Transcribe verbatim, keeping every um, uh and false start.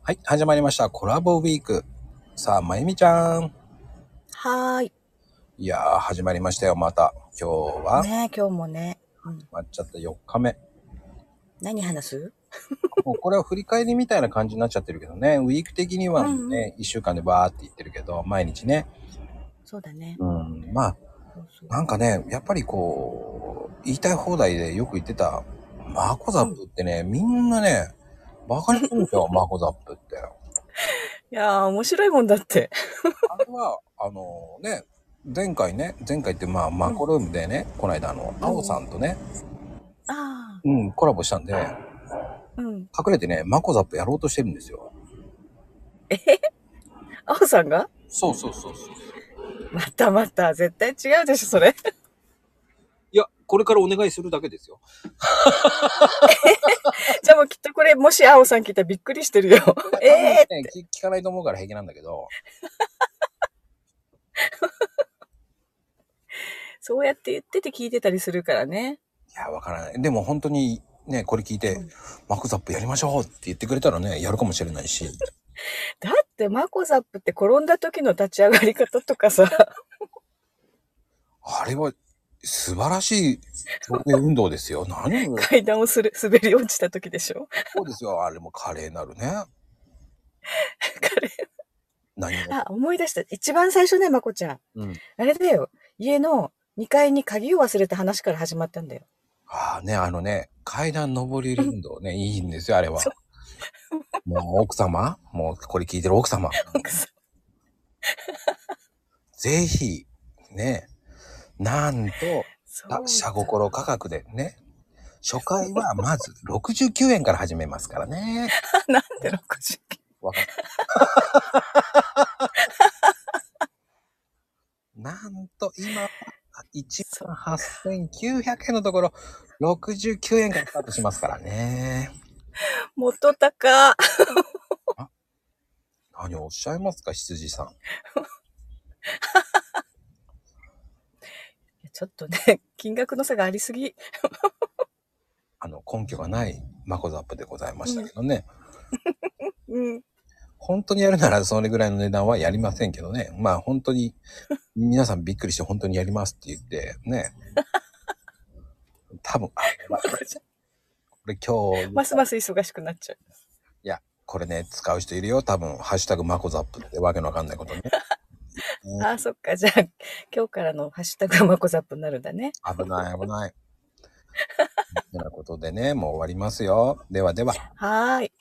はい、始まりました。コラボウィーク。さあ、まゆみちゃん。 はーい。 いやー、始まりましたよ、また。今日は、 ねえ、今日もね。うん。 始まっちゃったよっかめ。 何話す？ もうこれは振り返りみたいな感じになっちゃってるけどね。ウィーク的にはうんうん。 ね、いっしゅうかんでバーって言ってるけど、毎日ね。 そうだね。 うん、まあ、 そうそう。 なんかね、やっぱりこう、言いたい放題でよく言ってた、マコザッうん。 プってね、みんなね、バカにするんですよ、マコザップって。 いやー、面白いもんだって。 あれは、あのね、前回ね、前回ってまあ、マうん。 コルームでね、この間あの、アオうんうん。 さんとね、 ああ。 うん、コラボしたんで、 うん。 隠れてね、マコザップやろうとしてるんですよ。 えへへ、あおさんが？ そうそうそうそう。 またまた、絶対違うでしょ、それ。 いや、これからお願いするだけですよ。 じゃあもうきっとこれ、もしあおさん聞いたらびっくりしてるよ。 いや、 え多分ね、 えーって。 聞聞かないと思うから平気なんだけど、 そうやって言ってて聞いてたりするからね。 いや、わからない。でも本当にね、これ聞いて、 うん。 マコザップやりましょうって言ってくれたらね、やるかもしれないし。 だって、マコザップって転んだ時の立ち上がり方とかさ、 あれは素晴らしい表現運動ですよ。何を、 階段をする、滑り落ちた時でしょ。 そうですよ。あれも華麗なるね。 彼何が。 あ、思い出した。一番最初ね、まこちゃん。 うん。 あれだよ。家のにかいに鍵を忘れた話から始まったんだよ。 ああね、あのね、階段上り下り運動ね、いいんですよ、あれは。 そう、 もう奥様もうこれ聞いてる奥様。 奥さん。 ぜひ、ね、なんと、あ、 そう下心価だ。 格でね、初回はまずろくじゅうきゅうえんから始めますからね。 なんでろくじゅう？ わかんなんと今はいちそっまんはっか。 せんきゅうひゃくえんのところ、ろくじゅうきゅうえんからスタートしますからね。 元高。 あ、何をおっしゃいますか、羊さん。 ちょっとね、金額の差がありすぎ。 あの、根拠がないマコザップでございましたうん、 けどね。 うん。 本当にやるならそれぐらいの値段はやりませんけどね。まあ本当に皆さんびっくりして本当にやりますって言ってね。多分、あ、やばい。 まこちゃん、 これ今日言ったら、 ますます忙しくなっちゃう。 いや、これね、使う人いるよ。多分、ハッシュタグマコザップってわけのわかんないことね。ね、 ああ、そっか。じゃあ、今日からのハッシュタグはまこザップになるんだね。 危ない危ない。てなことでね、もう終わりますよ。ではでは。 はーい。